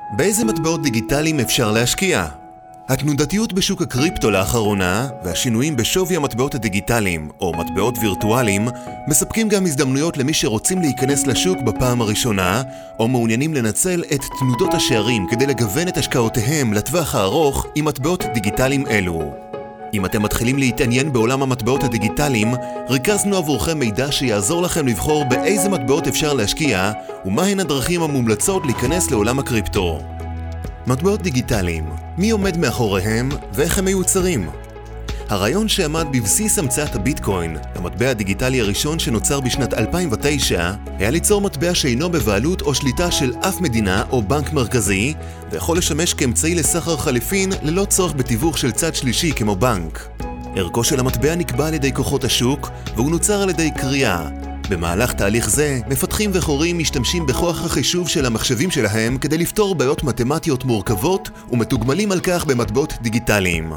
באיזה מטבעות דיגיטליים אפשר להשקיע? התנודתיות בשוק הקריפטו לאחרונה והשינויים בשווי המטבעות הדיגיטליים או מטבעות וירטואליים מספקים גם הזדמנויות למי שרוצים להיכנס לשוק בפעם הראשונה או מעוניינים לנצל את תנודות השערים כדי לגוון את השקעותיהם לטווח הארוך עם מטבעות דיגיטליים אלו. אם אתם מתחילים להתעניין בעולם המטבעות הדיגיטליים, ריכזנו עבורכם מידע שיעזור לכם לבחור באיזה מטבעות אפשר להשקיע ומהן הדרכים המומלצות להיכנס לעולם הקריפטו. מטבעות דיגיטליים, מי עומד מאחוריהם ואיך הם מיוצרים? הרעיון שעמד בבסיס המצאת הביטקוין, המטבע הדיגיטלי הראשון שנוצר בשנת 2009, היה ליצור מטבע שאינו בבעלות או שליטה של אף מדינה או בנק מרכזי, ויכול לשמש כאמצעי לסחר חליפין ללא צורך בתיווך של צד שלישי כמו בנק. ערכו של המטבע נקבע על ידי כוחות השוק, והוא נוצר על ידי קריאה. במהלך תהליך זה, מפתחים וחורים משתמשים בכוח החישוב של המחשבים שלהם כדי לפתור בעיות מתמטיות מורכבות ומתוגמלים על כך במטבעות דיגיטליים.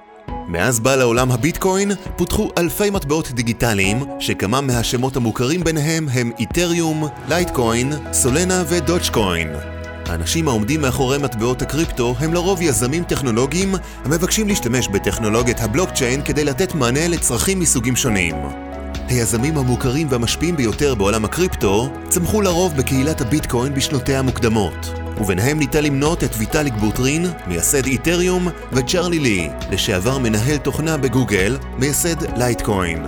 מאז בא לעולם הביטקוין, פותחו אלפי מטבעות דיגיטליים, שכמה מהשמות המוכרים ביניהם הם איתריום, לייטקוין, סולנה ודודג'קוין. האנשים העומדים מאחורי מטבעות הקריפטו הם לרוב יזמים טכנולוגיים המבקשים להשתמש בטכנולוגיית הבלוקצ'יין כדי לתת מענה לצרכים מסוגים שונים. היזמים המוכרים והמשפיעים ביותר בעולם הקריפטו צמחו לרוב בקהילת הביטקוין בשנותיה המוקדמות. וביניהם ניתן למנות את ויטאליק בוטרין, מייסד איתריום, וצ'רלי לי, לשעבר מנהל תוכנה בגוגל, מייסד לייטקוין.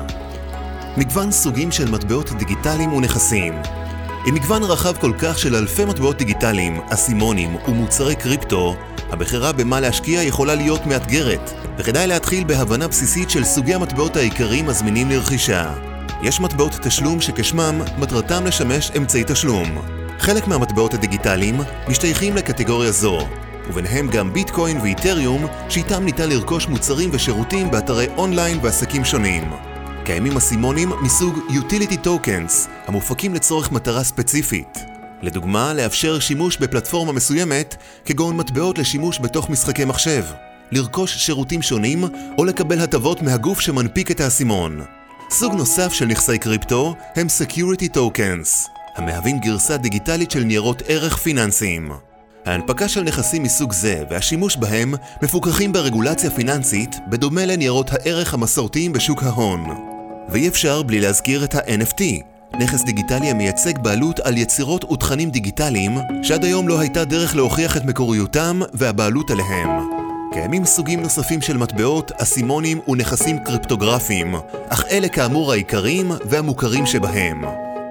מגוון סוגים של מטבעות דיגיטליים ונכסים. עם מגוון רחב כל כך של אלפי מטבעות דיגיטליים, אסימונים ומוצרי קריפטו, הבחירה במה להשקיע יכולה להיות מאתגרת, וכדאי להתחיל בהבנה בסיסית של סוגי המטבעות העיקריים הזמינים לרכישה. יש מטבעות תשלום שכשמם מטרתם לשמש אמצעי תשלום. חלק מהמטבעות הדיגיטליים משתייכים לקטגוריה זו, וביניהם גם ביטקוין ואיתריום, שאיתם ניתן לרכוש מוצרים ושירותים באתרי אונליין ועסקים שונים. קיימים אסימונים מסוג Utility Tokens, המופקים לצורך מטרה ספציפית. לדוגמה, לאפשר שימוש בפלטפורמה מסוימת, כגון מטבעות לשימוש בתוך משחקי מחשב, לרכוש שירותים שונים או לקבל הטבות מהגוף שמנפיק את האסימון. סוג נוסף של נכסי קריפטו הם Security Tokens, המהווים גרסה דיגיטלית של ניירות ערך פיננסיים. ההנפקה של נכסים מסוג זה והשימוש בהם מפוקחים ברגולציה פיננסית בדומה לניירות הערך המסורתיים בשוק ההון. ואי אפשר בלי להזכיר את ה-NFT, נכס דיגיטלי המייצג בעלות על יצירות ותכנים דיגיטליים שעד היום לא הייתה דרך להוכיח את מקוריותם והבעלות עליהם. קיימים סוגים נוספים של מטבעות, אסימונים ונכסים קריפטוגרפיים, אך אלה כאמור העיקריים והמוכרים שבהם.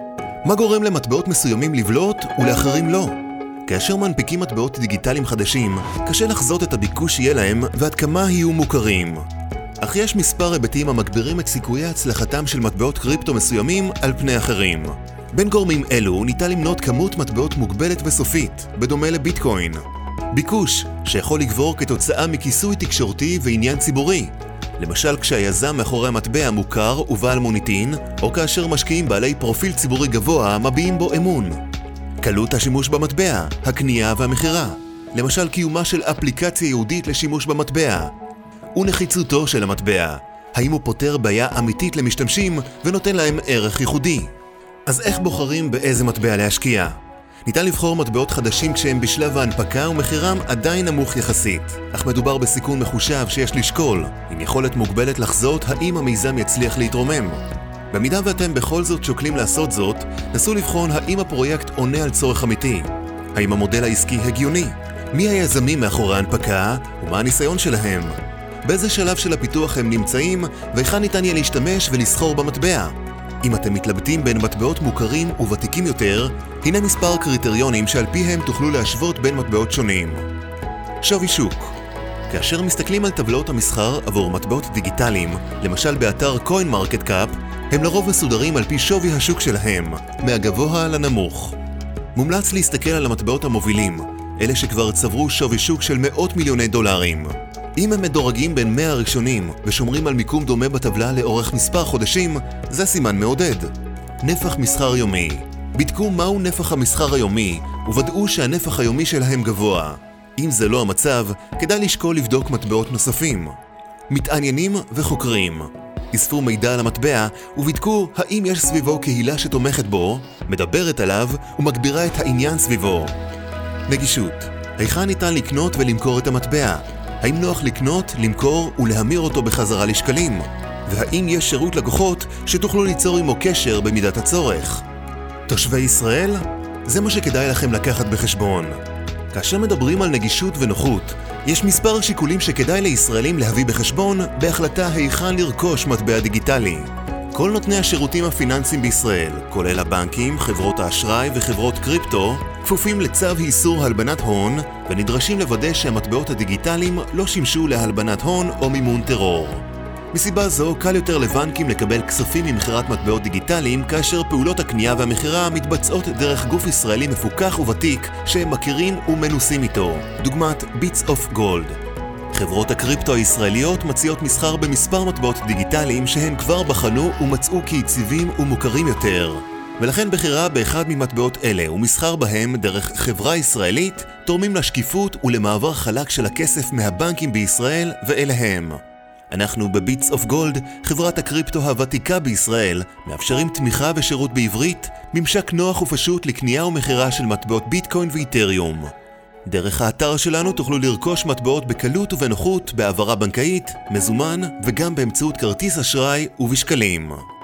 מה גורם למטבעות מסוימים לבלוט ולאחרים לא? כאשר מנפיקים מטבעות דיגיטליים חדשים, קשה לחזות את הביקוש שיהיה להם ועד כמה יהיו מוכרים. אך יש מספר היבטים המגבירים את סיכויי הצלחתם של מטבעות קריפטו מסוימים על פני אחרים. בין גורמים אלו ניתן למנות כמות מטבעות מוגבלת וסופית, בדומה לביטקוין. ביקוש, שיכול לגבור כתוצאה מכיסוי תקשורתי ועניין ציבורי. למשל כשהיזם מאחורי המטבע מוכר ובעל מוניטין, או כאשר משקיעים בעלי פרופיל ציבורי גבוה מביעים בו אמון. קלות השימוש במטבע, הקנייה והמחירה. למשל קיומה של אפליקציה ייעודית לשימוש במטבע. ונחיצותו של המטבע. האם הוא פותר בעיה אמיתית למשתמשים ונותן להם ערך ייחודי? אז איך בוחרים באיזה מטבע להשקיע? ניתן לבחור מטבעות חדשים כשהם בשלב ההנפקה ומחירם עדיין נמוך יחסית, אך מדובר בסיכון מחושב שיש לשקול, עם יכולת מוגבלת לחזות האם המיזם יצליח להתרומם. במידה ואתם בכל זאת שוקלים לעשות זאת, נסו לבחון האם הפרויקט עונה על צורך אמיתי. האם המודל העסקי הגיוני? מי היזמים מאחורי ההנפקה ומה הניסיון שלהם? באיזה שלב של הפיתוח הם נמצאים והיכן ניתן יהיה להשתמש ולסחור במטבע? אם אתם מתלבטים בין מטבעות מוכרים וותיקים יותר, הנה מספר קריטריונים שעל פיהם תוכלו להשוות בין מטבעות שונים. שווי שוק. כאשר מסתכלים על טבלאות המסחר עבור מטבעות דיגיטליים, למשל באתר CoinMarketCap, הם לרוב מסודרים על פי שווי השוק שלהם, מהגבוה לנמוך. מומלץ להסתכל על המטבעות המובילים, אלה שכבר צברו שווי שוק של מאות מיליוני דולרים. אם הם מדורגים בין 100 הראשונים ושומרים על מיקום דומה בטבלה לאורך מספר חודשים, זה סימן מעודד. נפח מסחר יומי. בדקו מהו נפח המסחר היומי וודאו שהנפח היומי שלהם גבוה. אם זה לא המצב, כדאי לשקול לבדוק מטבעות נוספים. מתעניינים וחוקרים. אספו מידע על המטבע ובדקו האם יש סביבו קהילה שתומכת בו, מדברת עליו ומגבירה את העניין סביבו. נגישות. היכן ניתן לקנות ולמכור את המטבע? האם נוח לקנות, למכור ולהמיר אותו בחזרה לשקלים? והאם יש שירות לקוחות שתוכלו ליצור עמו קשר במידת הצורך? תושבי ישראל? זה מה שכדאי לכם לקחת בחשבון. כאשר מדברים על נגישות ונוחות, יש מספר שיקולים שכדאי לישראלים להביא בחשבון בהחלטה היכן לרכוש מטבע דיגיטלי. כל נותני השירותים הפיננסיים בישראל, כולל הבנקים, חברות האשראי וחברות קריפטו, כפופים לצו איסור הלבנת הון ונדרשים לוודא שהמטבעות הדיגיטליים לא שימשו להלבנת הון או מימון טרור. מסיבה זו קל יותר לבנקים לקבל כספים ממכירת מטבעות דיגיטליים כאשר פעולות הקנייה והמכירה מתבצעות דרך גוף ישראלי מפוקח וותיק שהם מכירים ומנוסים איתו, דוגמת Bits of Gold. חברות הקריפטו הישראליות מציעות מסחר במספר מטבעות דיגיטליים שהן כבר בחנו ומצאו כיציבים ומוכרים יותר. ולכן בחירה באחד ממטבעות אלה ומסחר בהם דרך חברה ישראלית תורמים לשקיפות ולמעבר חלק של הכסף מהבנקים בישראל ואליהם. אנחנו בביטס אוף גולד, חברת הקריפטו הוותיקה בישראל, מאפשרים תמיכה ושירות בעברית, ממשק נוח ופשוט לקנייה ומכירה של מטבעות ביטקוין ואיתריום. דרך האתר שלנו תוכלו לרכוש מטבעות בקלות ובנוחות, בהעברה בנקאית, מזומן וגם באמצעות כרטיס אשראי ובשקלים.